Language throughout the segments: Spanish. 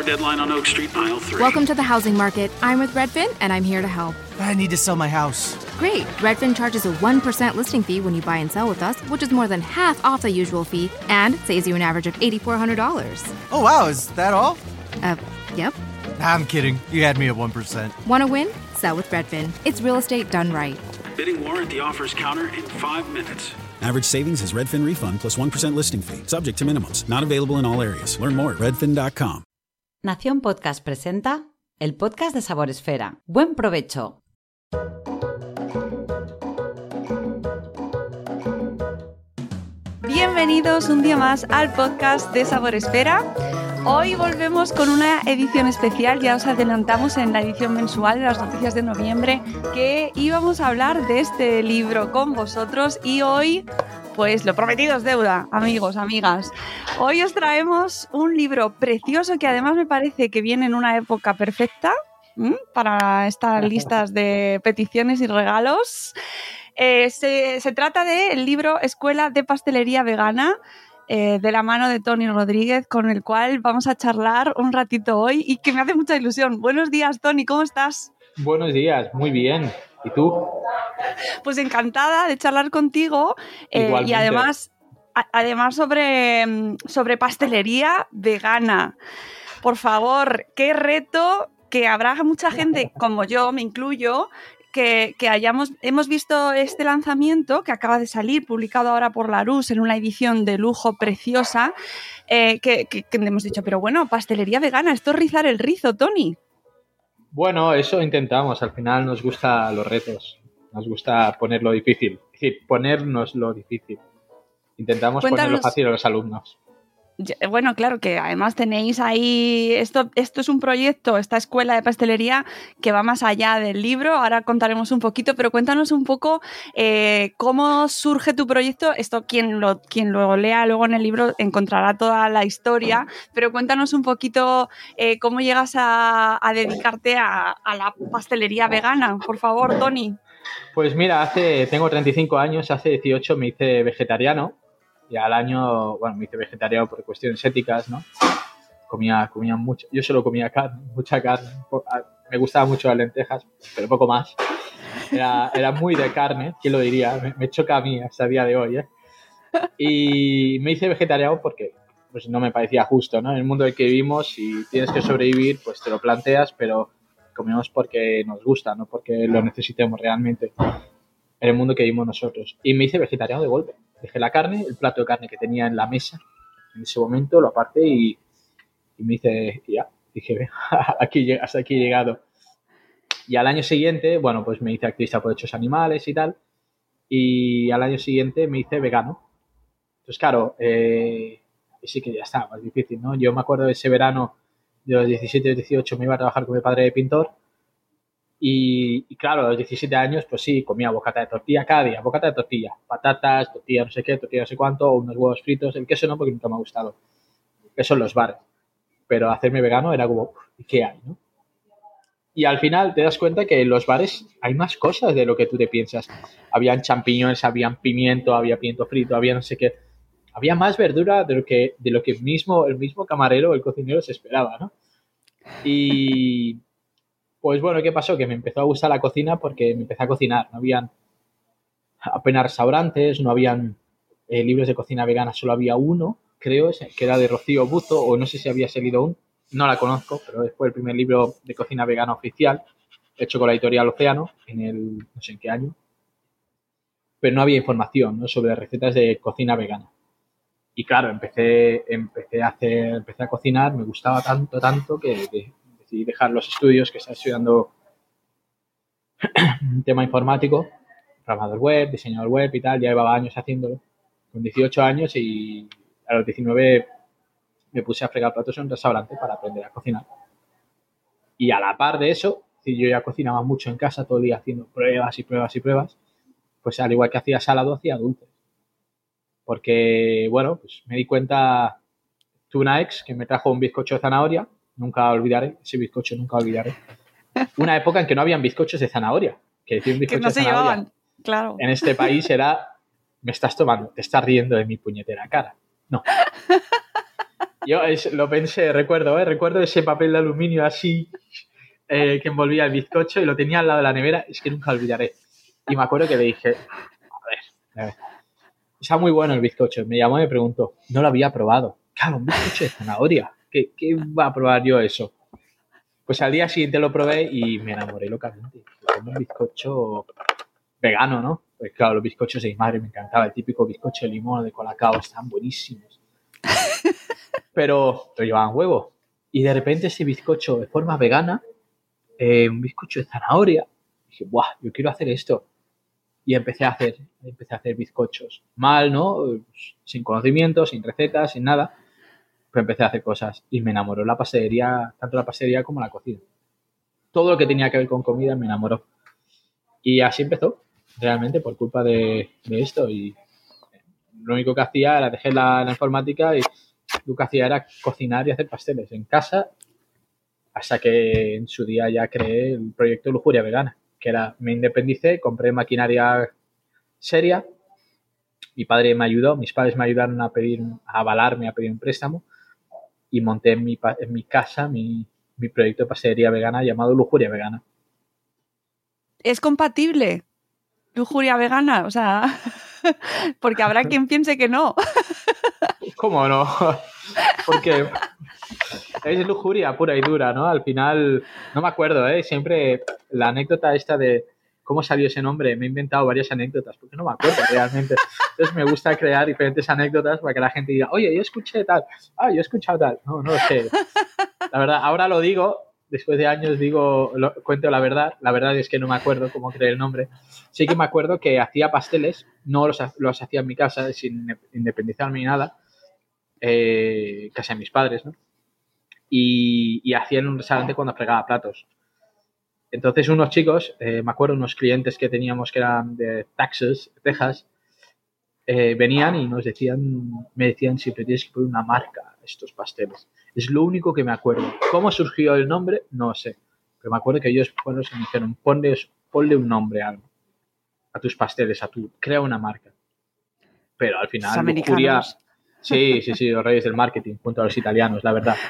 deadline on Oak Street, aisle 3. Welcome to the housing market. I'm with Redfin, and I'm here to help. I need to sell my house. Great. Redfin charges a 1% listing fee when you buy and sell with us, which is more than half off the usual fee and saves you an average of $8,400. Oh, wow. Is that all? Yep. I'm kidding. You had me at 1%. Want to win? Sell with Redfin. It's real estate done right. Bidding war at the offers counter in 5 minutes. Average savings is Redfin refund plus 1% listing fee. Subject to minimums. Not available in all areas. Learn more at redfin.com. Nación Podcast presenta el podcast de Sabor Esfera. ¡Buen provecho! Bienvenidos un día más al podcast de Sabor Esfera. Hoy volvemos con una edición especial. Ya os adelantamos en la edición mensual de las noticias de noviembre que íbamos a hablar de este libro con vosotros y hoy, pues lo prometido es deuda, amigos, amigas. Hoy os traemos un libro precioso que además me parece que viene en una época perfecta para estas listas de peticiones y regalos. Se trata del libro Escuela de Pastelería Vegana, de la mano de Toni Rodríguez, con el cual vamos a charlar un ratito hoy y que me hace mucha ilusión. Buenos días, Toni, ¿cómo estás? Buenos días, muy bien. ¿Y tú? Pues encantada de charlar contigo y además sobre pastelería vegana. Por favor, qué reto, que habrá mucha gente, como yo, me incluyo, que hemos visto este lanzamiento que acaba de salir, publicado ahora por Larousse en una edición de lujo preciosa, que hemos dicho, pero bueno, pastelería vegana, esto es rizar el rizo, Toni. Bueno, eso intentamos, al final nos gustan los retos, nos gusta ponerlo difícil, es decir, ponernos lo difícil. Intentamos ponerlo fácil a los alumnos. Bueno, claro, que además tenéis ahí, esto es un proyecto, esta escuela de pastelería que va más allá del libro, ahora contaremos un poquito, pero cuéntanos un poco cómo surge tu proyecto. Esto quien lo lea luego en el libro encontrará toda la historia, pero cuéntanos un poquito cómo llegas a dedicarte a la pastelería vegana, por favor, Toni. Pues mira, tengo 35 años, hace 18 me hice vegetariano. Y al año, bueno, me hice vegetariano por cuestiones éticas, ¿no? Comía mucho, yo solo comía carne, mucha carne. Me gustaban mucho las lentejas, pero poco más. Era muy de carne, ¿quién lo diría? Me choca a mí hasta el día de hoy, ¿eh? Y me hice vegetariano porque pues, no me parecía justo, ¿no? En el mundo en el que vivimos, si tienes que sobrevivir, pues te lo planteas, pero comemos porque nos gusta, no porque lo necesitemos realmente en el mundo que vivimos nosotros. Y me hice vegetariano de golpe. Dejé la carne, el plato de carne que tenía en la mesa, en ese momento lo aparté y me hice, ya, dije, hasta aquí he llegado. Y al año siguiente, bueno, pues me hice activista por derechos animales y tal, y al año siguiente me hice vegano. Entonces, claro, sí que ya está, más difícil, ¿no? Yo me acuerdo de ese verano de los 17 y 18 me iba a trabajar con mi padre de pintor. Y claro, a los 17 años, pues sí, comía bocata de tortilla cada día, bocata de tortilla, patatas, tortilla no sé qué, tortilla no sé cuánto, unos huevos fritos, el queso no, porque nunca me ha gustado, eso en los bares, pero hacerme vegano era como, ¿y qué hay, no? Y al final te das cuenta que en los bares hay más cosas de lo que tú te piensas, habían champiñones, habían pimiento, había pimiento frito, había no sé qué, había más verdura de lo que el mismo camarero o el cocinero se esperaba, ¿no? Y pues bueno, ¿qué pasó? Que me empezó a gustar la cocina porque me empecé a cocinar. No habían apenas restaurantes, no habían libros de cocina vegana, solo había uno, creo, que era de Rocío Buzo, o no sé si había salido aún, no la conozco, pero fue el primer libro de cocina vegana oficial, hecho con la editorial Océano, no sé en qué año, pero no había información, ¿no?, sobre recetas de cocina vegana. Y claro, empecé a cocinar, me gustaba tanto que decidí dejar los estudios, que estaba estudiando un tema informático, programador web, diseñador web y tal, ya llevaba años haciéndolo, con 18 años, y a los 19 me puse a fregar platos en un restaurante para aprender a cocinar. Y a la par de eso, yo ya cocinaba mucho en casa, todo el día haciendo pruebas, pues al igual que hacía salado, hacía dulces. Porque, bueno, pues me di cuenta, tuve una ex que me trajo un bizcocho de zanahoria, nunca olvidaré, ese bizcocho nunca olvidaré. Una época en que no habían bizcochos de zanahoria, que decir un bizcocho que no se de zanahoria llevaban, claro. En este país era, me estás tomando, te estás riendo de mi puñetera cara. No. Yo lo pensé, recuerdo ese papel de aluminio así que envolvía el bizcocho y lo tenía al lado de la nevera, es que nunca olvidaré. Y me acuerdo que le dije, a ver, está muy bueno el bizcocho. Me llamó y me preguntó, no lo había probado. Claro, un bizcocho de zanahoria, ¿qué va a probar yo eso? Pues al día siguiente lo probé y me enamoré locamente. Como un bizcocho vegano, ¿no? Pues claro, los bizcochos de mi madre me encantaba. El típico bizcocho de limón o de colacao, están buenísimos. Pero llevaban huevo. Y de repente ese bizcocho de forma vegana, un bizcocho de zanahoria. Dije, ¡buah! Yo quiero hacer esto. Y empecé a hacer bizcochos. Mal, ¿no? Sin conocimiento, sin recetas, sin nada. Pero empecé a hacer cosas. Y me enamoró la pastelería, tanto la pastelería como la cocina. Todo lo que tenía que ver con comida me enamoró. Y así empezó, realmente, por culpa de esto. Y lo único que hacía era dejar la informática y lo que hacía era cocinar y hacer pasteles en casa, hasta que en su día ya creé el proyecto Lujuria Vegana, que era, me independicé, compré maquinaria seria, mi padre me ayudó, mis padres me ayudaron a avalarme, a pedir un préstamo, y monté en mi casa mi proyecto de pastelería vegana llamado Lujuria Vegana. ¿Es compatible lujuria vegana? O sea, porque habrá quien piense que no. ¿Cómo no? Porque es lujuria pura y dura, ¿no? Al final, no me acuerdo, siempre la anécdota esta de cómo salió ese nombre, me he inventado varias anécdotas, porque no me acuerdo realmente. Entonces me gusta crear diferentes anécdotas para que la gente diga, oye, yo escuché tal, yo he escuchado tal. No lo sé. La verdad, ahora lo digo, después de años cuento la verdad. La verdad es que no me acuerdo cómo creé el nombre. Sí que me acuerdo que hacía pasteles, no los hacía en mi casa, sin independizarme ni nada, casi a mis padres, ¿no? Y hacía en un restaurante cuando fregaba platos. Entonces unos chicos, me acuerdo unos clientes que teníamos que eran de Texas, venían y me decían siempre tienes que poner una marca a estos pasteles. Es lo único que me acuerdo. ¿Cómo surgió el nombre? No sé. Pero me acuerdo que ellos me dijeron ponle un nombre a algo, a tus pasteles, crea una marca. Pero al final Lujuria... Sí, los reyes del marketing, junto a los italianos, la verdad.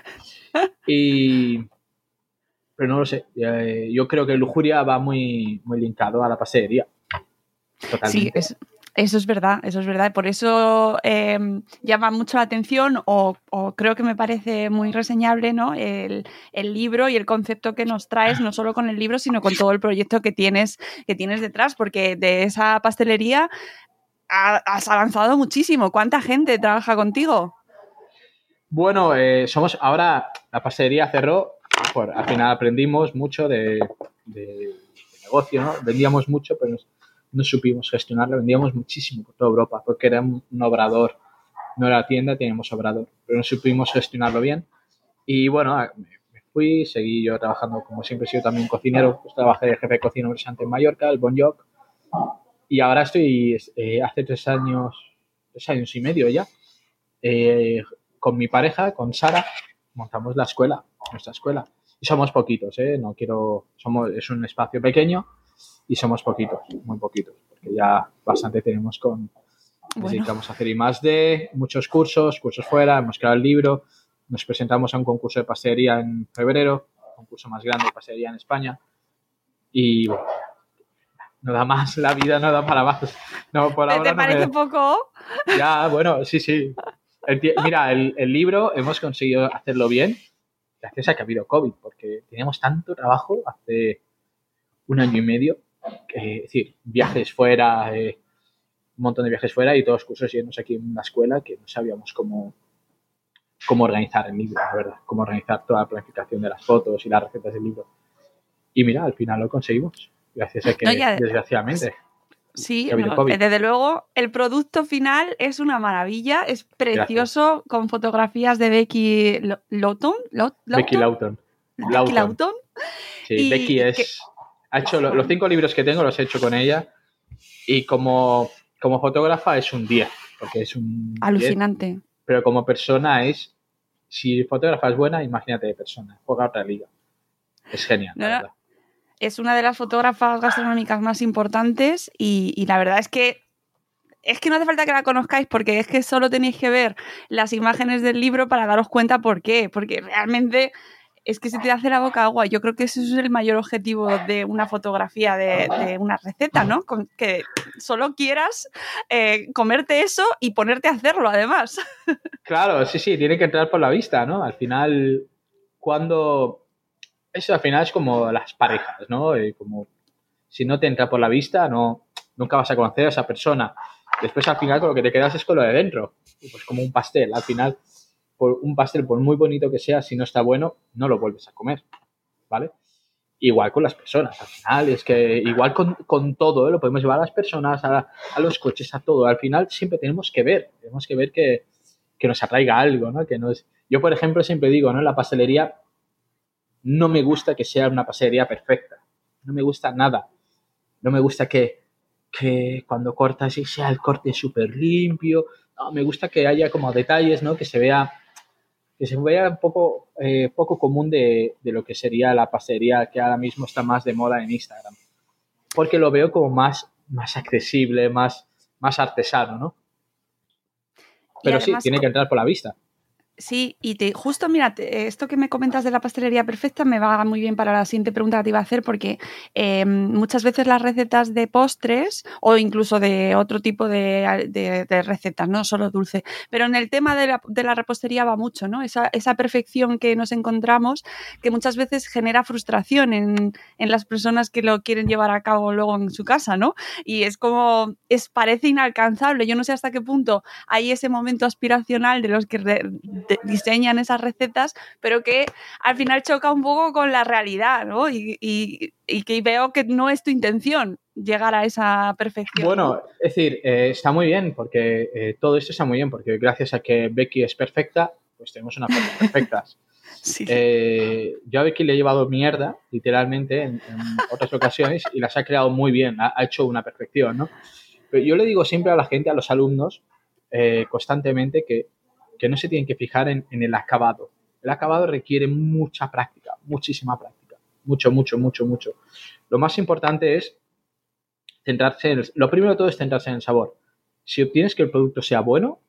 Pero no lo sé. Yo creo que Lujuria va muy, muy linkado a la pastelería. Totalmente. Sí, eso es verdad. Por eso llama mucho la atención o creo que me parece muy reseñable, ¿no? El libro y el concepto que nos traes, no solo con el libro, sino con todo el proyecto que tienes detrás, porque de esa pastelería has avanzado muchísimo. ¿Cuánta gente trabaja contigo? Bueno, ahora la pastelería cerró. Al final aprendimos mucho de negocio, ¿no? Vendíamos mucho, pero no supimos gestionarlo. Vendíamos muchísimo por toda Europa, porque era un obrador. No era tienda, teníamos obrador, pero no supimos gestionarlo bien. Y bueno, me fui, seguí yo trabajando, como siempre he sido también cocinero. Pues trabajé de jefe de cocina en un restaurante en Mallorca, el Bon Joc. Y ahora estoy, hace 3 años y medio ya, con mi pareja, con Sara, montamos nuestra escuela. Y somos poquitos, es un espacio pequeño y somos poquitos, muy poquitos, porque ya bastante tenemos nos dedicamos a hacer I+D, muchos cursos fuera, hemos creado el libro, nos presentamos a un concurso de pastelería en febrero, concurso más grande de pastelería en España, y bueno, no da más, la vida no da para más. No, por ahora ¿Te parece poco? Ya, bueno, sí. Mira, el libro hemos conseguido hacerlo bien gracias a que ha habido COVID, porque teníamos tanto trabajo hace 1 año y medio, es decir, viajes fuera, un montón de viajes fuera y todos los cursos llenos aquí en la escuela que no sabíamos cómo organizar el libro, la verdad, cómo organizar toda la planificación de las fotos y las recetas del libro. Y mira, al final lo conseguimos. Gracias a que, desgraciadamente, sí, desde luego, el producto final es una maravilla, es precioso. Gracias. Con fotografías de Becky Lawton. Becky Lawton. Sí, Becky ha hecho los 5 libros que tengo, los he hecho con ella, y como fotógrafa es un 10, porque es un alucinante. 10, pero como persona si fotógrafa es buena, imagínate de persona, juega otra liga. Es genial, la verdad. Es una de las fotógrafas gastronómicas más importantes y la verdad es que es que no hace falta que la conozcáis porque es que solo tenéis que ver las imágenes del libro para daros cuenta por qué. Porque realmente es que se te hace la boca agua. Yo creo que ese es el mayor objetivo de una fotografía de una receta, ¿no? Que solo quieras comerte eso y ponerte a hacerlo, además. Claro, sí, tiene que entrar por la vista, ¿no? Al final, eso al final es como las parejas, ¿no? Como si no te entra por la vista, nunca vas a conocer a esa persona. Después, al final, con lo que te quedas es con lo de dentro. Pues como un pastel. Al final, un pastel, por muy bonito que sea, si no está bueno, no lo vuelves a comer, ¿vale? Igual con las personas. Al final, es que igual con todo, ¿eh? Lo podemos llevar a las personas, a los coches, a todo. Al final, siempre tenemos que ver que nos atraiga algo, ¿no? Yo, por ejemplo, siempre digo, ¿no? En la pastelería no me gusta que sea una pastelería perfecta. No me gusta nada. No me gusta que cuando cortas sea el corte súper limpio. No, me gusta que haya como detalles, ¿no? Que se vea un poco común de lo que sería la pastelería que ahora mismo está más de moda en Instagram. Porque lo veo como más accesible, más artesano, ¿no? Pero además, sí, tiene que entrar por la vista. Sí, y justo, mira, esto que me comentas de la pastelería perfecta me va muy bien para la siguiente pregunta que te iba a hacer, porque muchas veces las recetas de postres o incluso de otro tipo de recetas, no solo dulce, pero en el tema de la repostería va mucho, ¿no? Esa perfección que nos encontramos, que muchas veces genera frustración en las personas que lo quieren llevar a cabo luego en su casa, ¿no? Y parece inalcanzable. Yo no sé hasta qué punto hay ese momento aspiracional de los que diseñan esas recetas, pero que al final choca un poco con la realidad, ¿no? Y que veo que no es tu intención llegar a esa perfección. Bueno, es decir, está muy bien, porque todo esto está muy bien, porque gracias a que Becky es perfecta, pues tenemos unas fotos perfectas. Sí. Yo a Becky le he llevado mierda, literalmente, en otras ocasiones, y las ha creado muy bien, ha hecho una perfección, ¿no? Pero yo le digo siempre a la gente, a los alumnos, constantemente, que no se tienen que fijar en el acabado. El acabado requiere mucha práctica, muchísima práctica. Mucho. Lo más importante es centrarse lo primero de todo es centrarse en el sabor. Si obtienes que el producto sea bueno,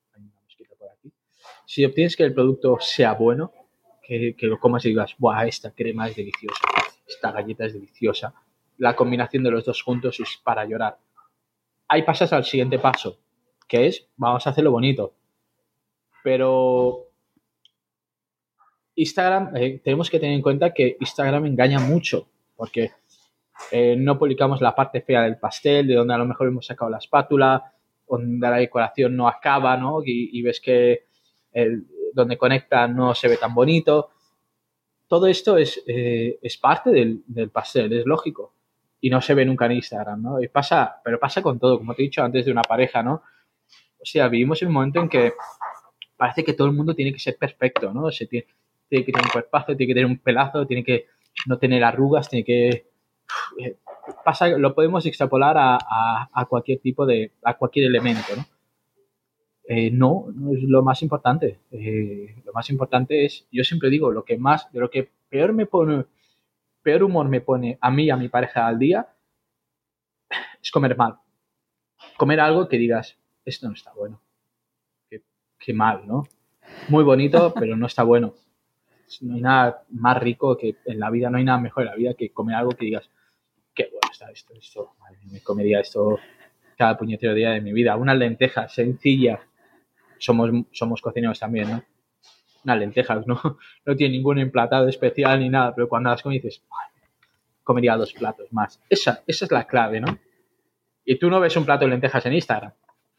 que lo comas y digas, ¡buah, esta crema es deliciosa! Esta galleta es deliciosa. La combinación de los dos juntos es para llorar. Ahí pasas al siguiente paso, que es, vamos a hacerlo bonito. Pero Instagram, tenemos que tener en cuenta que Instagram engaña mucho, porque no publicamos la parte fea del pastel, de donde a lo mejor hemos sacado la espátula, donde la decoración no acaba, ¿no? Y ves que donde conecta no se ve tan bonito. Todo esto es parte del pastel, es lógico. Y no se ve nunca en Instagram, ¿no? Pero pasa con todo, como te he dicho antes de una pareja, ¿no? O sea, vivimos en un momento en que parece que todo el mundo tiene que ser perfecto, ¿no? Tiene que tener un cuerpazo, tiene que tener un pelazo, tiene que no tener arrugas, tiene que... lo podemos extrapolar a cualquier tipo a cualquier elemento, ¿no? No es lo más importante. Lo más importante es, yo siempre digo, de lo que peor humor me pone a mí y a mi pareja al día es comer mal. Comer algo que digas, esto no está bueno. Qué mal, ¿no? Muy bonito, pero no está bueno. No hay nada más rico que en la vida, no hay nada mejor en la vida que comer algo que digas, qué bueno está esto. Madre mía, me comería esto cada puñetero día de mi vida. Unas lentejas sencillas. Somos cocineros también, ¿no? Unas lentejas, no tiene ningún emplatado especial ni nada, pero cuando las comes dices, comería 2 platos más. Esa es la clave, ¿no? Y tú no ves un plato de lentejas en Instagram.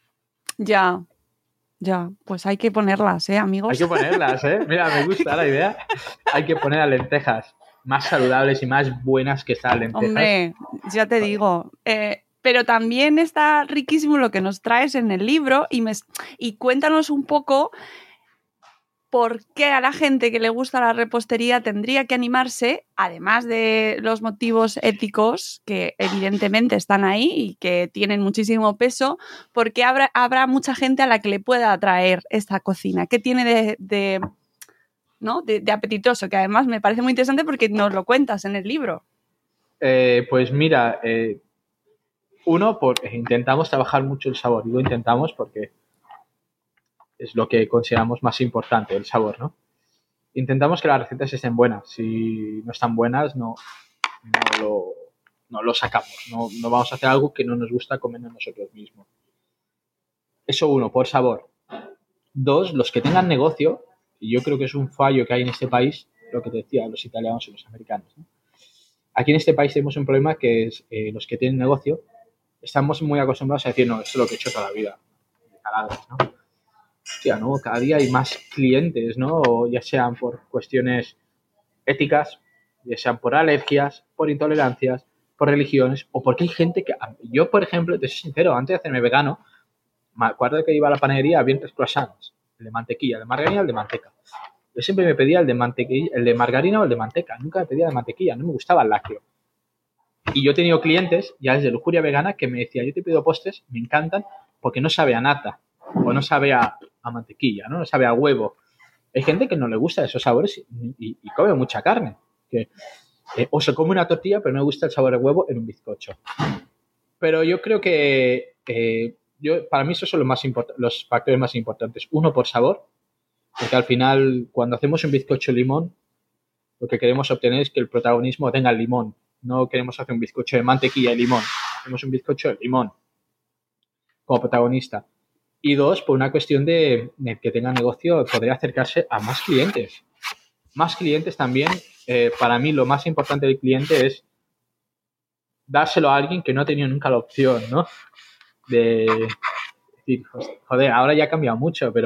Ya, pues hay que ponerlas, amigos. Hay que ponerlas, Mira, me gusta la idea. Hay que poner las lentejas más saludables y más buenas que estas lentejas. Hombre, ya te digo. Pero también está riquísimo lo que nos traes en el libro y cuéntanos un poco por qué a la gente que le gusta la repostería tendría que animarse, además de los motivos éticos que evidentemente están ahí y que tienen muchísimo peso, porque habrá mucha gente a la que le pueda atraer esta cocina. ¿Qué tiene de apetitoso? Que además me parece muy interesante porque nos lo cuentas en el libro. Pues mira, Uno, porque intentamos trabajar mucho el sabor. Digo intentamos porque es lo que consideramos más importante, el sabor, ¿no? Intentamos que las recetas estén buenas. Si no están buenas, no lo sacamos. No vamos a hacer algo que no nos gusta comer nosotros mismos. Eso uno, por sabor. Dos, los que tengan negocio, y yo creo que es un fallo que hay en este país, lo que te decía, los italianos y los americanos, ¿no? Aquí en este país tenemos un problema que es los que tienen negocio estamos muy acostumbrados a decir, no, esto es lo que he hecho toda la vida, de taladros, ¿no? Hostia, ¿no? Cada día hay más clientes, ¿no? O ya sean por cuestiones éticas, ya sean por alergias, por intolerancias, por religiones, o porque hay gente que... Yo, por ejemplo, te soy sincero, antes de hacerme vegano, me acuerdo que iba a la panadería, había 3 croissants, el de mantequilla, el de margarina y el de manteca. Yo siempre me pedía el de mantequilla, el de margarina o el de manteca, nunca me pedía el de mantequilla, no me gustaba el lácteo. Y yo he tenido clientes, ya desde Lujuria Vegana, que me decían, yo te pido postres, me encantan, porque no sabe a nata, o no sabe a mantequilla, ¿no? No sabe a huevo. Hay gente que no le gusta esos sabores y come mucha carne. Que, o se come una tortilla, pero no le gusta el sabor de huevo en un bizcocho. Pero yo creo que para mí esos son los factores más importantes. Uno, por sabor, porque al final, cuando hacemos un bizcocho de limón, lo que queremos obtener es que el protagonismo tenga el limón. No queremos hacer un bizcocho de mantequilla y limón. Hacemos un bizcocho de limón como protagonista. Y dos, por una cuestión de que tenga negocio, poder acercarse a más clientes. Más clientes también. Para mí, lo más importante del cliente es dárselo a alguien que no ha tenido nunca la opción, ¿no? De decir, joder, ahora ya ha cambiado mucho, pero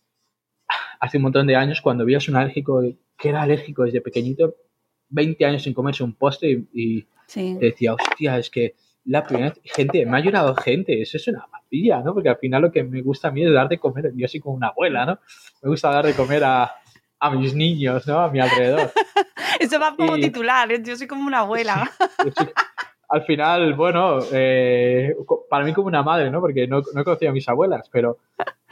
hace un montón de años, cuando veías un alérgico que era alérgico desde pequeñito, 20 años sin comerse un postre y sí. Te decía, hostia, es que la primera gente, me ha ayudado gente, eso es una maravilla, ¿no? Porque al final lo que me gusta a mí es dar de comer, yo soy como una abuela, ¿no? Me gusta dar de comer a mis niños, ¿no? A mi alrededor. Eso va como titular, yo soy como una abuela. Sí, al final, bueno, para mí como una madre, ¿no? Porque no he conocido a mis abuelas, pero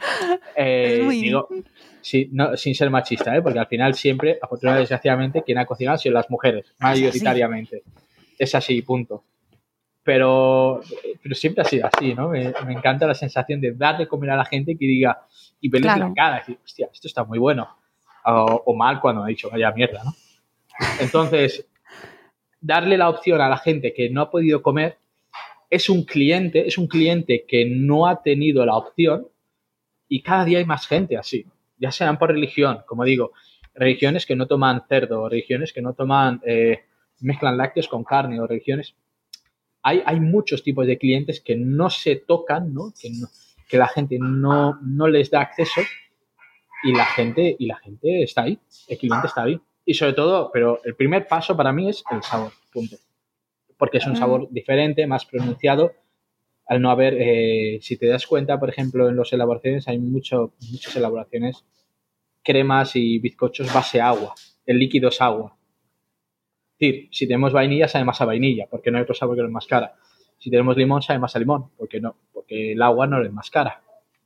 es muy... digo, sí, no, sin ser machista, ¿eh? Porque al final siempre, afortunadamente, desgraciadamente, quien ha cocinado han sido las mujeres, mayoritariamente. Sí. Es así, punto. Pero siempre ha sido así, ¿no? Me encanta la sensación de dar de comer a la gente que diga, y verles la cara, decir, hostia, esto está muy bueno. O mal cuando ha dicho, vaya mierda, ¿no? Entonces, darle la opción a la gente que no ha podido comer es un cliente que no ha tenido la opción y cada día hay más gente así, ya sean por religión, como digo, religiones que no toman cerdo, religiones que no toman, mezclan lácteos con carne o religiones. Hay muchos tipos de clientes que no se tocan, ¿no? Que la gente no les da acceso y la gente está ahí, el cliente está ahí. Y sobre todo, pero el primer paso para mí es el sabor, punto. Porque es un sabor diferente, más pronunciado. Al no haber, si te das cuenta, por ejemplo, en las elaboraciones hay muchas elaboraciones, cremas y bizcochos base agua. El líquido es agua. Es decir, si tenemos vainilla, sabe más a vainilla, porque no hay otro sabor que lo enmascara. Si tenemos limón, sabe más a limón, porque no, porque el agua no lo enmascara.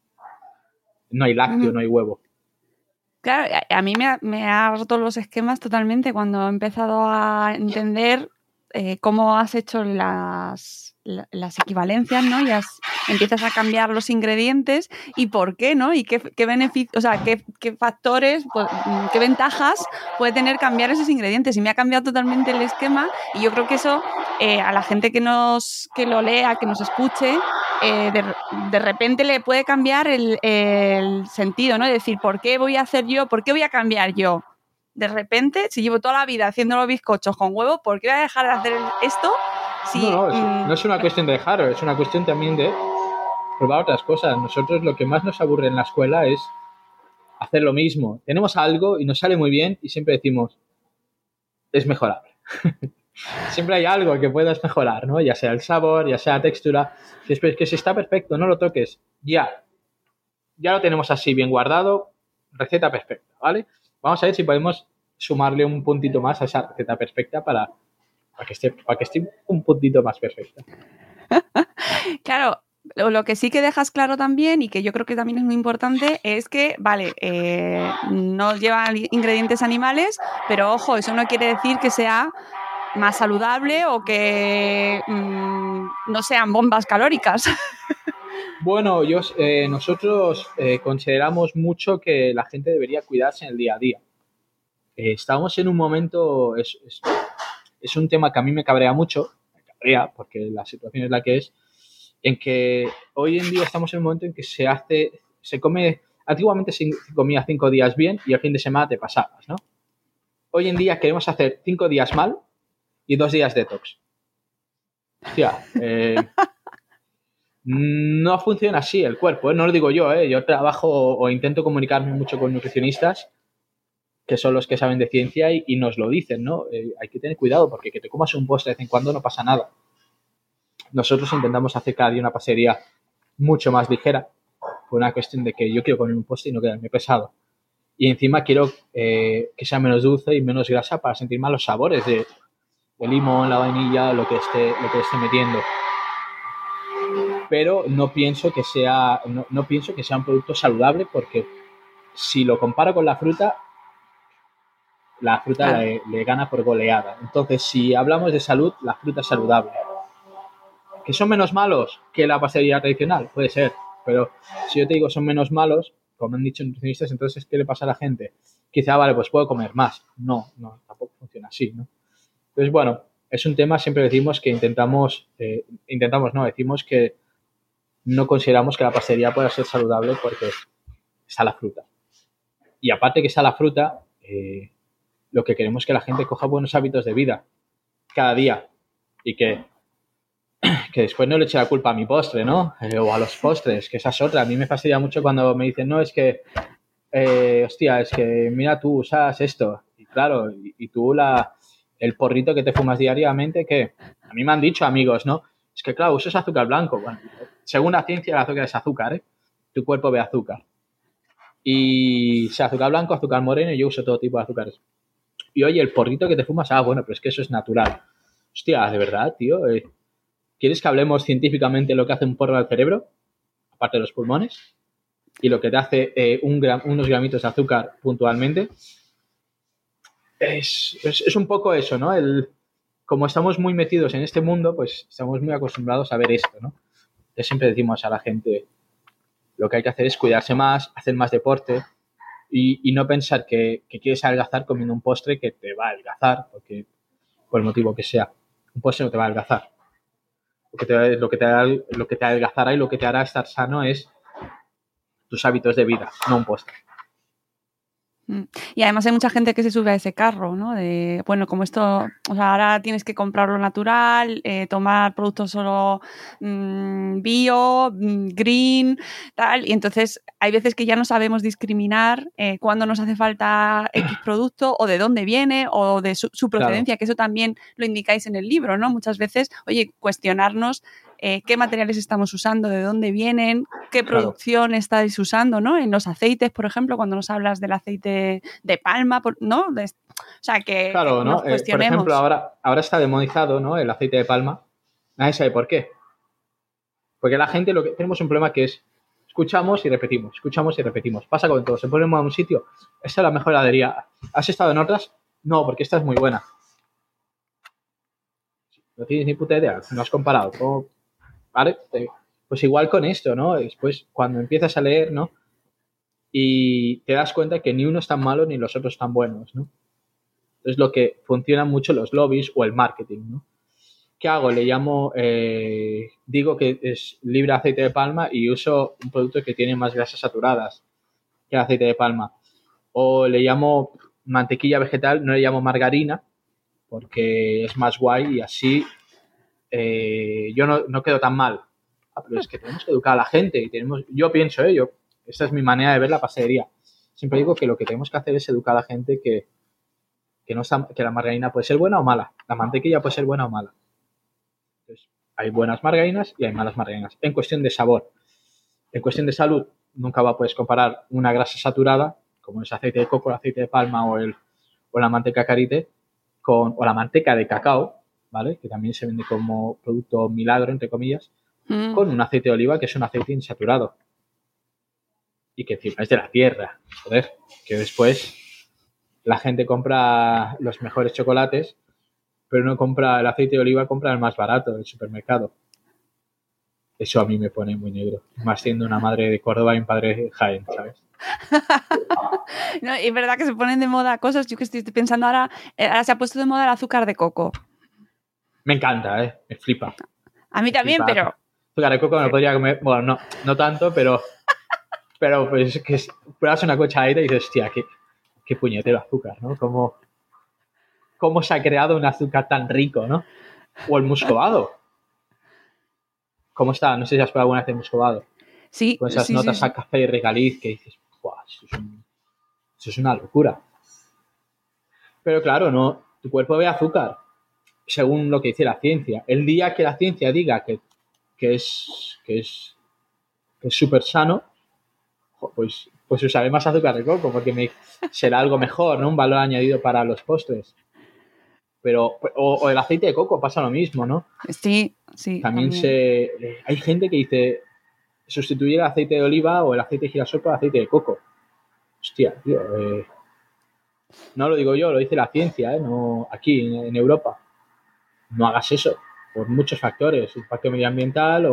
No hay lácteo, no hay huevo. Claro, a mí me ha roto los esquemas totalmente cuando he empezado a entender cómo has hecho las equivalencias, ¿no? Y empiezas a cambiar los ingredientes y por qué, ¿no? Y qué beneficios, o sea, qué factores, pues, qué ventajas puede tener cambiar esos ingredientes. Y me ha cambiado totalmente el esquema y yo creo que eso a la gente que lo lea, que nos escuche, de repente le puede cambiar el sentido, ¿no? Es decir, ¿por qué voy a hacer yo? ¿Por qué voy a cambiar yo? De repente, si llevo toda la vida haciendo los bizcochos con huevo, ¿por qué voy a dejar de hacer esto? Si, no es una cuestión de dejar, es una cuestión también de probar otras cosas. Nosotros lo que más nos aburre en la escuela es hacer lo mismo. Tenemos algo y nos sale muy bien y siempre decimos, es mejorable. Siempre hay algo que puedas mejorar, ¿no? Ya sea el sabor, ya sea la textura. Después que si está perfecto, no lo toques. Ya lo tenemos así bien guardado, receta perfecta, ¿vale? Vamos a ver si podemos sumarle un puntito más a esa receta perfecta para que esté un puntito más perfecta. Claro, lo que sí que dejas claro también y que yo creo que también es muy importante es que, vale, no lleva ingredientes animales, pero ojo, eso no quiere decir que sea más saludable o que no sean bombas calóricas. Bueno, nosotros consideramos mucho que la gente debería cuidarse en el día a día. Estamos en un momento, es un tema que a mí me cabrea mucho, porque la situación es la que es, en que hoy en día estamos en un momento en que se come, antiguamente se comía 5 días bien y el fin de semana te pasabas, ¿no? Hoy en día queremos hacer 5 días mal y 2 días detox. Hostia, no funciona así el cuerpo, ¿eh? No lo digo yo, ¿eh? Yo trabajo o intento comunicarme mucho con nutricionistas que son los que saben de ciencia y nos lo dicen, ¿no? Hay que tener cuidado porque que te comas un postre de vez en cuando no pasa nada. Nosotros intentamos hacer cada día una pastelería mucho más ligera por una cuestión de que yo quiero comer un postre y no quedarme pesado. Y encima quiero que sea menos dulce y menos grasa para sentir más los sabores de limón, la vainilla, lo que esté metiendo. Pero no pienso que sea un producto saludable porque si lo comparo con la fruta le gana por goleada. Entonces, si hablamos de salud, la fruta es saludable. ¿Que son menos malos que la pastelería tradicional? Puede ser, pero si yo te digo son menos malos, como han dicho nutricionistas, entonces ¿qué le pasa a la gente? Quizá, vale, pues puedo comer más. No, tampoco funciona así, ¿no? Entonces, bueno, es un tema, siempre decimos que decimos que no consideramos que la pastelería pueda ser saludable porque está la fruta. Y aparte que está la fruta, lo que queremos es que la gente coja buenos hábitos de vida cada día y que después no le eche la culpa a mi postre, ¿no? O a los postres, que esa es otra. A mí me fastidia mucho cuando me dicen, no, es que, hostia, es que mira tú usas esto. Y claro, y tú el porrito que te fumas diariamente, que a mí me han dicho amigos, ¿no? Es que claro, usas azúcar blanco. Bueno, según la ciencia, el azúcar es azúcar, ¿eh? Tu cuerpo ve azúcar. Y sea azúcar blanco, azúcar moreno, y yo uso todo tipo de azúcares. Y oye, el porrito que te fumas, bueno, pero es que eso es natural. Hostia, de verdad, tío. ¿Quieres que hablemos científicamente de lo que hace un porro al cerebro? Aparte de los pulmones. Y lo que te hace unos gramitos de azúcar puntualmente. Es un poco eso, ¿no? Como estamos muy metidos en este mundo, pues estamos muy acostumbrados a ver esto, ¿no? Entonces siempre decimos a la gente, lo que hay que hacer es cuidarse más, hacer más deporte y no pensar que quieres adelgazar comiendo un postre que te va a adelgazar, porque por el motivo que sea. Un postre no te va a adelgazar. Lo que te adelgazará y lo que te hará estar sano es tus hábitos de vida, no un postre. Y además hay mucha gente que se sube a ese carro, ¿no? De, bueno, como esto, o sea, ahora tienes que comprarlo natural, tomar productos solo bio, green, tal, y entonces hay veces que ya no sabemos discriminar cuándo nos hace falta X producto o de dónde viene o de su procedencia, claro. Que eso también lo indicáis en el libro, ¿no? Muchas veces, oye, cuestionarnos qué materiales estamos usando, de dónde vienen, qué producción estáis usando, ¿no? En los aceites, por ejemplo, cuando nos hablas del aceite de palma, ¿no? O sea, que nos cuestionemos. Por ejemplo, ahora está demonizado, ¿no? El aceite de palma. Nadie sabe por qué. Porque la gente, tenemos un problema que es escuchamos y repetimos. Pasa con todo. Se pone en un sitio. Esta es la mejor heladería. ¿Has estado en otras? No, porque esta es muy buena. No tienes ni puta idea. No has comparado. ¿Cómo? ¿Vale? Pues igual con esto, ¿no? Después, cuando empiezas a leer, ¿no? Y te das cuenta que ni uno es tan malo ni los otros tan buenos, ¿no? Entonces, lo que funciona mucho los lobbies o el marketing, ¿no? ¿Qué hago? Le llamo, digo que es libre aceite de palma y uso un producto que tiene más grasas saturadas que el aceite de palma. O le llamo mantequilla vegetal, no le llamo margarina, porque es más guay y así yo no quedo tan mal. Pero es que tenemos que educar a la gente y yo pienso, esta es mi manera de ver la pastelería. Siempre digo que lo que tenemos que hacer es educar a la gente que la margarina puede ser buena o mala, la mantequilla puede ser buena o mala. Entonces, hay buenas margarinas y hay malas margarinas. En cuestión de sabor, en cuestión de salud, nunca puedes comparar una grasa saturada, como es aceite de coco, el aceite de palma o la manteca karité, o la manteca de cacao, ¿vale? Que también se vende como producto milagro, entre comillas, con un aceite de oliva que es un aceite insaturado. Y que encima es de la tierra, joder, que después la gente compra los mejores chocolates, pero no compra el aceite de oliva, compra el más barato del supermercado. Eso a mí me pone muy negro. Más siendo una madre de Córdoba y un padre de Jaén, ¿sabes? No, es verdad que se ponen de moda cosas. Yo que estoy pensando ahora se ha puesto de moda el azúcar de coco. Me encanta, ¿eh? Me flipa. A mí también, flipa. pero... Azúcar de coco me lo podría comer... Bueno, no tanto, pero pues que pruebas una cucharadita y dices, hostia, qué puñetero azúcar, ¿no? ¿Cómo se ha creado un azúcar tan rico, ¿no? O el muscovado. ¿Cómo está? No sé si has probado alguna vez el muscovado. Sí, Con esas sí, notas sí. a café y regaliz que dices, ¡buah! Eso es una locura. Pero claro, no, tu cuerpo ve azúcar, según lo que dice la ciencia. El día que la ciencia diga que es súper sano, pues usaré más azúcar de coco porque será algo mejor, ¿no? Un valor añadido para los postres. Pero, o el aceite de coco pasa lo mismo, ¿no? Sí. También hay gente que dice sustituir el aceite de oliva o el aceite de girasol por el aceite de coco. Hostia, tío. No lo digo yo, lo dice la ciencia, no aquí en Europa. No hagas eso por muchos factores, impacto medioambiental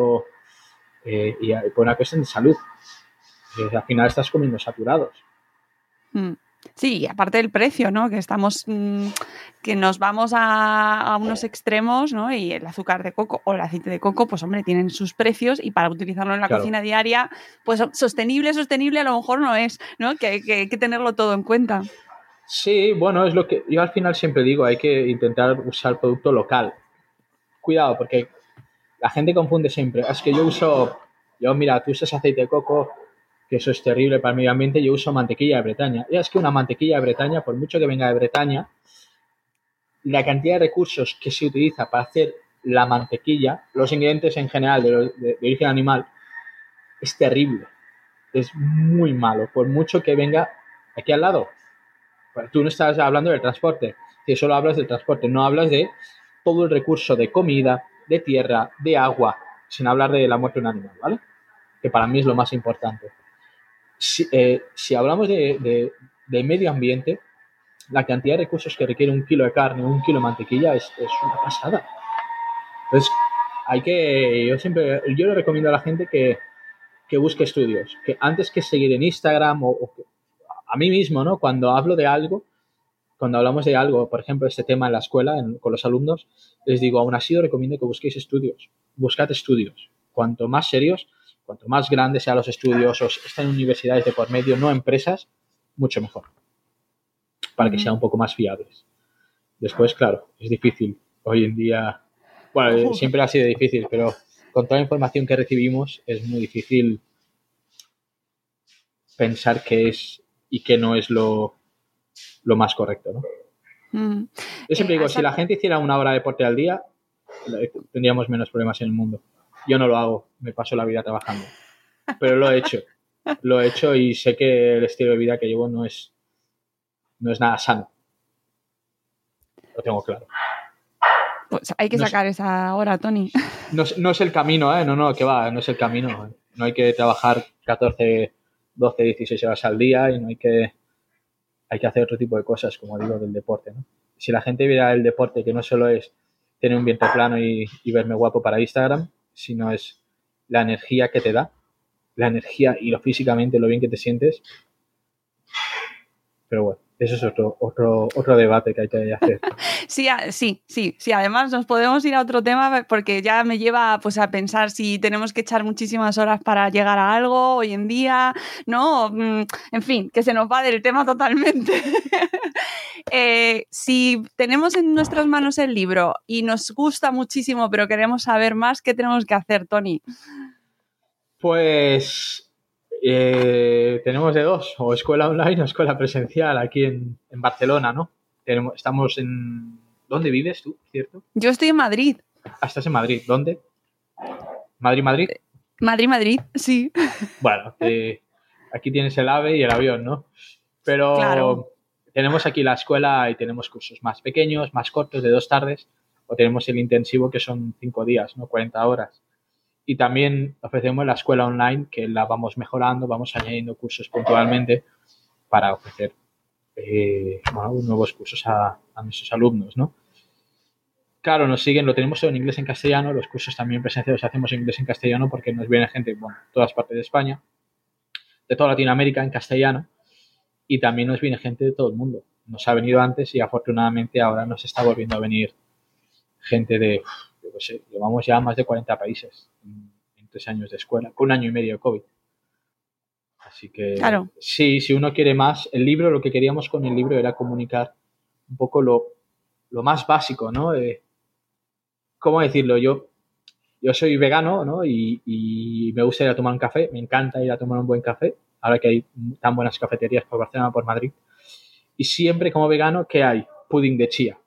y por una cuestión de salud. Al final estás comiendo saturados. Sí, y aparte del precio, ¿no? Que estamos, que nos vamos a unos extremos, ¿no? Y el azúcar de coco o el aceite de coco, pues hombre, tienen sus precios y para utilizarlo en la cocina diaria, pues sostenible a lo mejor no es, ¿no? Que hay que tenerlo todo en cuenta. Sí, bueno, es lo que yo al final siempre digo, hay que intentar usar producto local. Cuidado, porque la gente confunde siempre. Es que mira, tú usas aceite de coco, que eso es terrible para el medio ambiente, yo uso mantequilla de Bretaña. Y es que una mantequilla de Bretaña, por mucho que venga de Bretaña, la cantidad de recursos que se utiliza para hacer la mantequilla, los ingredientes en general de origen animal, es terrible. Es muy malo, por mucho que venga aquí al lado. Bueno, tú no estás hablando del transporte, si solo hablas del transporte, no hablas de todo el recurso de comida, de tierra, de agua, sin hablar de la muerte de un animal, ¿vale? Que para mí es lo más importante. Si hablamos de medio ambiente, la cantidad de recursos que requiere un kilo de carne o un kilo de mantequilla es una pasada. Entonces, yo le recomiendo a la gente que busque estudios, que antes que seguir en Instagram o a mí mismo, ¿no? Cuando hablamos de algo, por ejemplo, este tema en la escuela, con los alumnos, les digo, aún así os recomiendo que busquéis estudios. Buscad estudios. Cuanto más serios, cuanto más grandes sean los estudios o estén en universidades de por medio, no empresas, mucho mejor. Para que sean un poco más fiables. Después, claro, es difícil. Hoy en día, bueno, siempre ha sido difícil, pero con toda la información que recibimos es muy difícil pensar qué es y qué no es lo más correcto, ¿no? Yo siempre digo, si la gente hiciera 1 hora de deporte al día, tendríamos menos problemas en el mundo. Yo no lo hago, me paso la vida trabajando. Pero lo he hecho y sé que el estilo de vida que llevo no es nada sano. Lo tengo claro. Pues hay que sacar esa hora, Toni. No es el camino, ¿eh? No, que va, no es el camino. No hay que trabajar 14, 12, 16 horas al día y no hay que hacer otro tipo de cosas, como digo, del deporte, ¿no? Si la gente viera el deporte, que no solo es tener un vientre plano y verme guapo para Instagram, sino es la energía que te da, la energía y lo físicamente, lo bien que te sientes. Pero bueno, eso es otro debate que hay que hacer. Sí. Además nos podemos ir a otro tema porque ya me lleva pues a pensar si tenemos que echar muchísimas horas para llegar a algo hoy en día, ¿no? En fin, que se nos va del tema totalmente. Si tenemos en nuestras manos el libro y nos gusta muchísimo pero queremos saber más, ¿qué tenemos que hacer, Toni? Pues tenemos de dos, o escuela online o escuela presencial aquí en Barcelona, ¿no? Estamos en... ¿Dónde vives tú, cierto? Yo estoy en Madrid. Estás en Madrid. ¿Dónde? ¿Madrid? Madrid, sí. Bueno, aquí tienes el AVE y el avión, ¿no? Pero claro. Tenemos aquí la escuela y tenemos cursos más pequeños, más cortos, de 2 tardes, o tenemos el intensivo que son 5 días, ¿no? 40 horas. Y también ofrecemos la escuela online, que la vamos mejorando, vamos añadiendo cursos puntualmente para ofrecer nuevos cursos a nuestros alumnos, ¿no? claro, nos siguen, lo tenemos en inglés y en castellano, los cursos también presenciales los hacemos en inglés y en castellano porque nos viene gente, bueno, de todas partes de España, de toda Latinoamérica en castellano, y también nos viene gente de todo el mundo. Nos ha venido antes y afortunadamente ahora nos está volviendo a venir gente de, yo qué sé, llevamos ya más de 40 países en 3 años de escuela, con 1 año y medio de COVID. Así que Claro. sí, si uno quiere más, el libro, lo que queríamos con el libro era comunicar un poco lo más básico, ¿no? ¿Cómo decirlo? Yo soy vegano, ¿no? Y me gusta ir a tomar un café, me encanta ir a tomar un buen café, ahora que hay tan buenas cafeterías por Barcelona, por Madrid. Y siempre como vegano, ¿qué hay? Pudding de chía.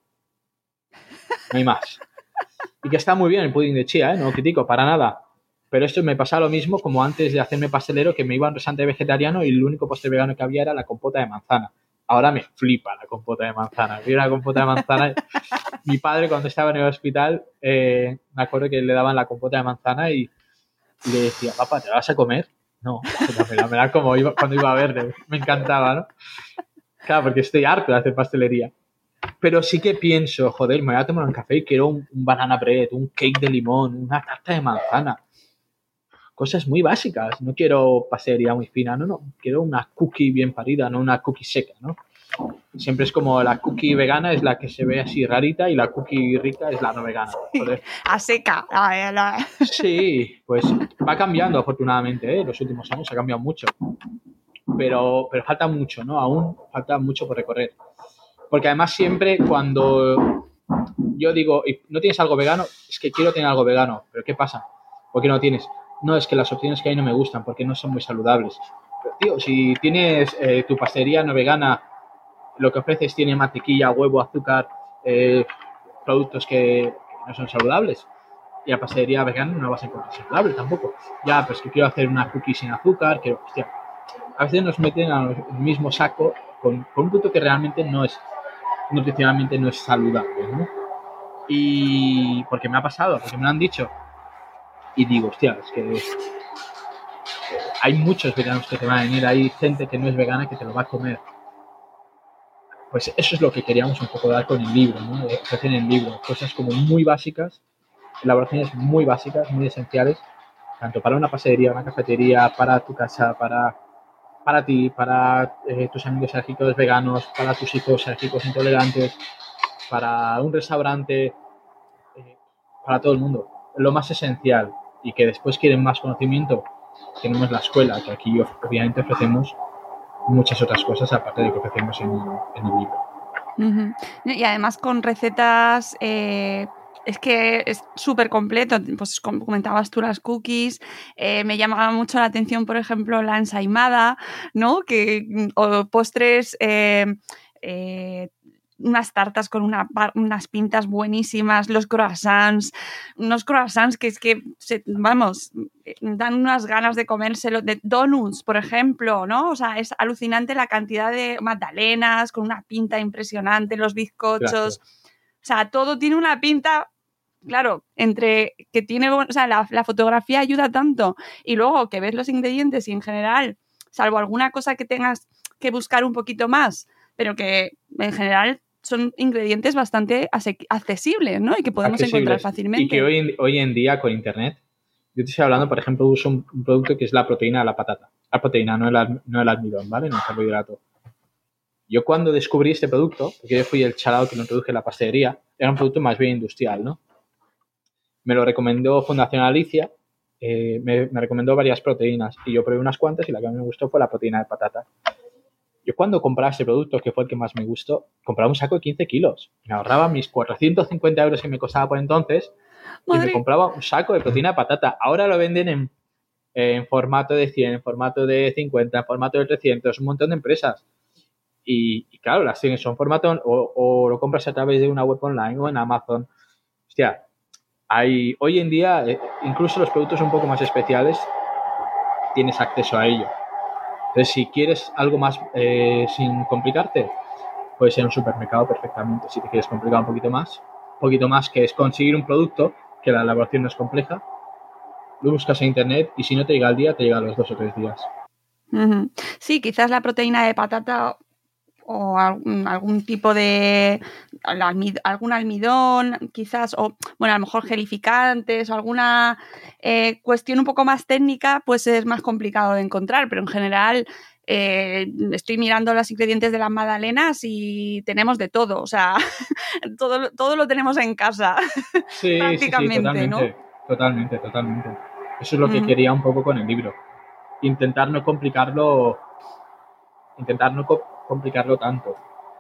No hay más. Y que está muy bien el pudding de chía, ¿eh? No lo critico, para nada. Pero esto me pasa lo mismo como antes de hacerme pastelero, que me iba a un restaurante vegetariano y el único postre vegano que había era la compota de manzana. Ahora me flipa la compota de manzana. Vi una compota de manzana. Mi padre, cuando estaba en el hospital, me acuerdo que le daban la compota de manzana y le decía, papá, ¿te la vas a comer? No, me la como cuando iba a verle. Me encantaba, ¿no? Claro, porque estoy harto de hacer pastelería. Pero sí que pienso, joder, me voy a tomar un café y quiero un banana bread, un cake de limón, una tarta de manzana. Cosas muy básicas. No quiero pastelería muy fina, no. Quiero una cookie bien parida, no una cookie seca, ¿no? Siempre es como la cookie vegana es la que se ve así rarita y la cookie rica es la no vegana. Joder. A seca. Sí, pues va cambiando afortunadamente, ¿eh? Los últimos años ha cambiado mucho. Pero falta mucho, ¿no? Aún falta mucho por recorrer. Porque además siempre cuando yo digo, ¿no tienes algo vegano? Es que quiero tener algo vegano. ¿Pero qué pasa? ¿Por qué no tienes? No, es que las opciones que hay no me gustan porque no son muy saludables. Pero, tío, si tienes tu pastelería no vegana, lo que ofreces tiene mantequilla, huevo, azúcar, productos que no son saludables. Y la pastelería vegana no la vas a encontrar saludable tampoco. Ya, pues que quiero hacer una cookie sin azúcar, quiero, hostia. A veces nos meten al mismo saco con un producto que realmente no es, nutricionalmente no es saludable, ¿no? Y porque me ha pasado, porque me lo han dicho. Y digo, hostia, es que hay muchos veganos que te van a venir, hay gente que no es vegana que te lo va a comer. Pues eso es lo que queríamos un poco dar con el libro, ¿no? Ofrecer en el libro cosas como muy básicas, elaboraciones muy básicas, muy esenciales, tanto para una pastelería, una cafetería, para tu casa, para ti, para tus amigos alérgicos veganos, para tus hijos alérgicos intolerantes, para un restaurante, para todo el mundo. Lo más esencial y que después quieren más conocimiento, tenemos la escuela, que aquí obviamente ofrecemos muchas otras cosas aparte de lo que ofrecemos en el libro. Uh-huh. Y además con recetas, es que es súper completo. Pues como comentabas tú, las cookies, me llamaba mucho la atención, por ejemplo, la ensaimada, ¿no? O postres, unas tartas con unas pintas buenísimas, los croissants, unos croissants que es que, vamos, dan unas ganas de comérselo, de donuts, por ejemplo, ¿no? O sea, es alucinante la cantidad de magdalenas con una pinta impresionante, los bizcochos. Gracias. O sea, todo tiene una pinta, claro, entre que tiene, o sea, la fotografía ayuda tanto y luego que ves los ingredientes y en general, salvo alguna cosa que tengas que buscar un poquito más, pero que en general son ingredientes bastante accesibles, ¿no? Y que podemos encontrar fácilmente. Y que hoy en día con internet, yo te estoy hablando, por ejemplo, uso un producto que es la proteína de la patata. La proteína, no el almidón, ¿vale? No el carbohidrato. Yo cuando descubrí este producto, porque yo fui el chalado que lo introduje en la pastelería, era un producto más bien industrial, ¿no? Me lo recomendó Fundación Alicia, me recomendó varias proteínas y yo probé unas cuantas y la que a mí me gustó fue la proteína de patata. Yo cuando compraba ese producto, que fue el que más me gustó, compraba un saco de 15 kilos. Me ahorraba mis 450 euros que me costaba por entonces y me compraba un saco de proteína de patata. Ahora lo venden en formato de 100, en formato de 50, en formato de 300, un montón de empresas. Y claro, las tienes en formato o lo compras a través de una web online o en Amazon. Hostia, hoy en día, incluso los productos un poco más especiales, tienes acceso a ello. Entonces, si quieres algo más sin complicarte, puedes ir a un supermercado perfectamente. Si te quieres complicar un poquito más, que es conseguir un producto que la elaboración no es compleja, lo buscas en internet y si no te llega al día, te llega a los 2 o 3 días. Uh-huh. Sí, quizás la proteína de patata o algún tipo de algún almidón, quizás, o bueno, a lo mejor gelificantes o alguna cuestión un poco más técnica, pues es más complicado de encontrar, pero en general estoy mirando los ingredientes de las magdalenas y tenemos de todo, o sea, todo lo tenemos en casa. Sí, prácticamente, sí, totalmente, ¿no? totalmente. Eso es lo que quería un poco con el libro. Intentar no complicarlo tanto.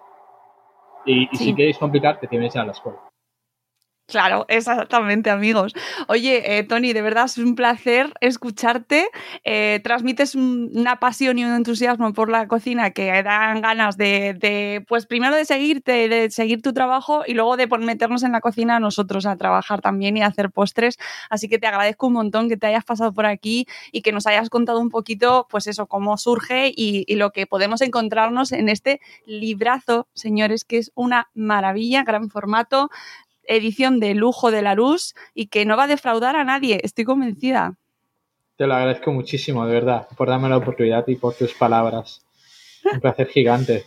Y si queréis complicar, te tienes a la escuela. Claro, exactamente, amigos. Oye, Toni, de verdad es un placer escucharte. Transmites una pasión y un entusiasmo por la cocina que dan ganas pues primero de seguirte, de seguir tu trabajo y luego de meternos en la cocina nosotros a trabajar también y a hacer postres. Así que te agradezco un montón que te hayas pasado por aquí y que nos hayas contado un poquito, pues eso, cómo surge y lo que podemos encontrarnos en este librazo, señores, que es una maravilla, gran formato, edición de lujo de Larousse y que no va a defraudar a nadie, estoy convencida. Te lo agradezco muchísimo, de verdad, por darme la oportunidad y por tus palabras. Un placer gigante.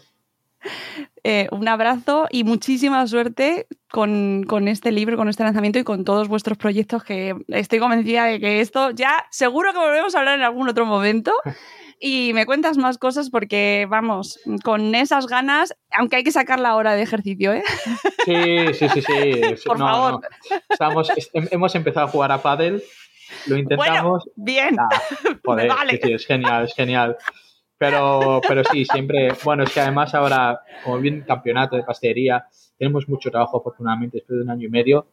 Un abrazo y muchísima suerte con este libro, con este lanzamiento y con todos vuestros proyectos, que estoy convencida de que esto ya seguro que volvemos a hablar en algún otro momento. Y me cuentas más cosas porque, vamos, con esas ganas, aunque hay que sacar la hora de ejercicio, ¿eh? Sí. Por favor. No. Hemos empezado a jugar a pádel, lo intentamos. Bueno, bien. Joder, vale. Sí, es genial. Pero sí, siempre... Bueno, es que además ahora, como viene el campeonato de pastelería, tenemos mucho trabajo, afortunadamente, después de 1 año y medio.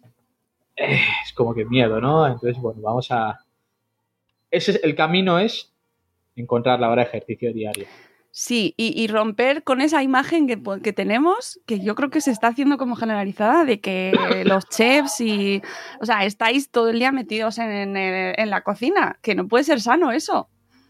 Es como que miedo, ¿no? Entonces, bueno, vamos a... El camino es encontrar la hora de ejercicio diario. Sí, y romper con esa imagen que tenemos, que yo creo que se está haciendo como generalizada, de que los chefs estáis todo el día metidos en la cocina, que no puede ser sano eso.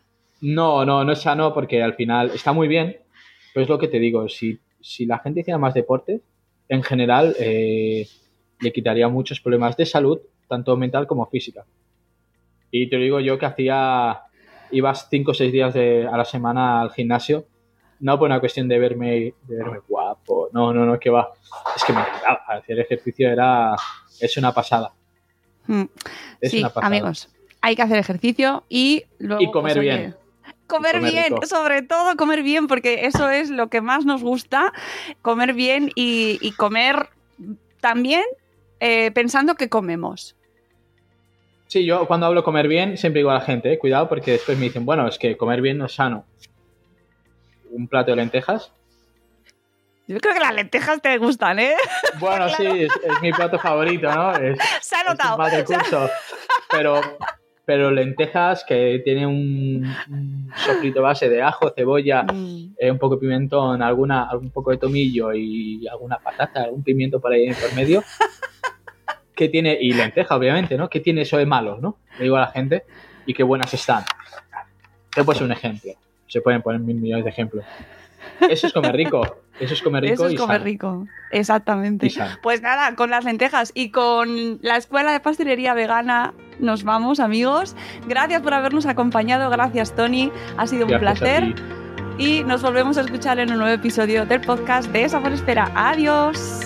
No es sano porque al final está muy bien, pero es lo que te digo, si la gente hiciera más deporte, en general le quitaría muchos problemas de salud, tanto mental como física. Y te lo digo yo que ibas 5 o 6 días a la semana al gimnasio, no por una cuestión de verme guapo, no, que va. Es que me encantaba, hacer ejercicio es una pasada. Sí, una pasada. Amigos, hay que hacer ejercicio y luego... Y comer bien. Comer bien, rico. Sobre todo comer bien, porque eso es lo que más nos gusta, comer bien y comer también pensando que comemos. Sí, yo cuando hablo comer bien siempre digo a la gente, cuidado, porque después me dicen, bueno, es que comer bien no es sano. Un plato de lentejas. Yo creo que las lentejas te gustan, ¿eh? Bueno, claro. Sí, es mi plato favorito, ¿no? Se ha notado. Es un curso. Pero lentejas que tienen un sofrito base de ajo, cebolla, un poco de pimentón, algún poco de tomillo y alguna patata, algún pimiento por ahí por medio. ¿Qué tiene? Y lenteja, obviamente, ¿no? ¿Qué tiene eso de malo, no? Le digo a la gente, y qué buenas están. Te puedo ser un ejemplo. Se pueden poner 1000 millones de ejemplos. Eso es comer rico. Eso es comer rico, exactamente. Pues nada, con las lentejas y con la Escuela de Pastelería Vegana nos vamos, amigos. Gracias por habernos acompañado. Gracias, Toni. Ha sido un placer. Y nos volvemos a escuchar en un nuevo episodio del podcast de Sabor Espera. Adiós.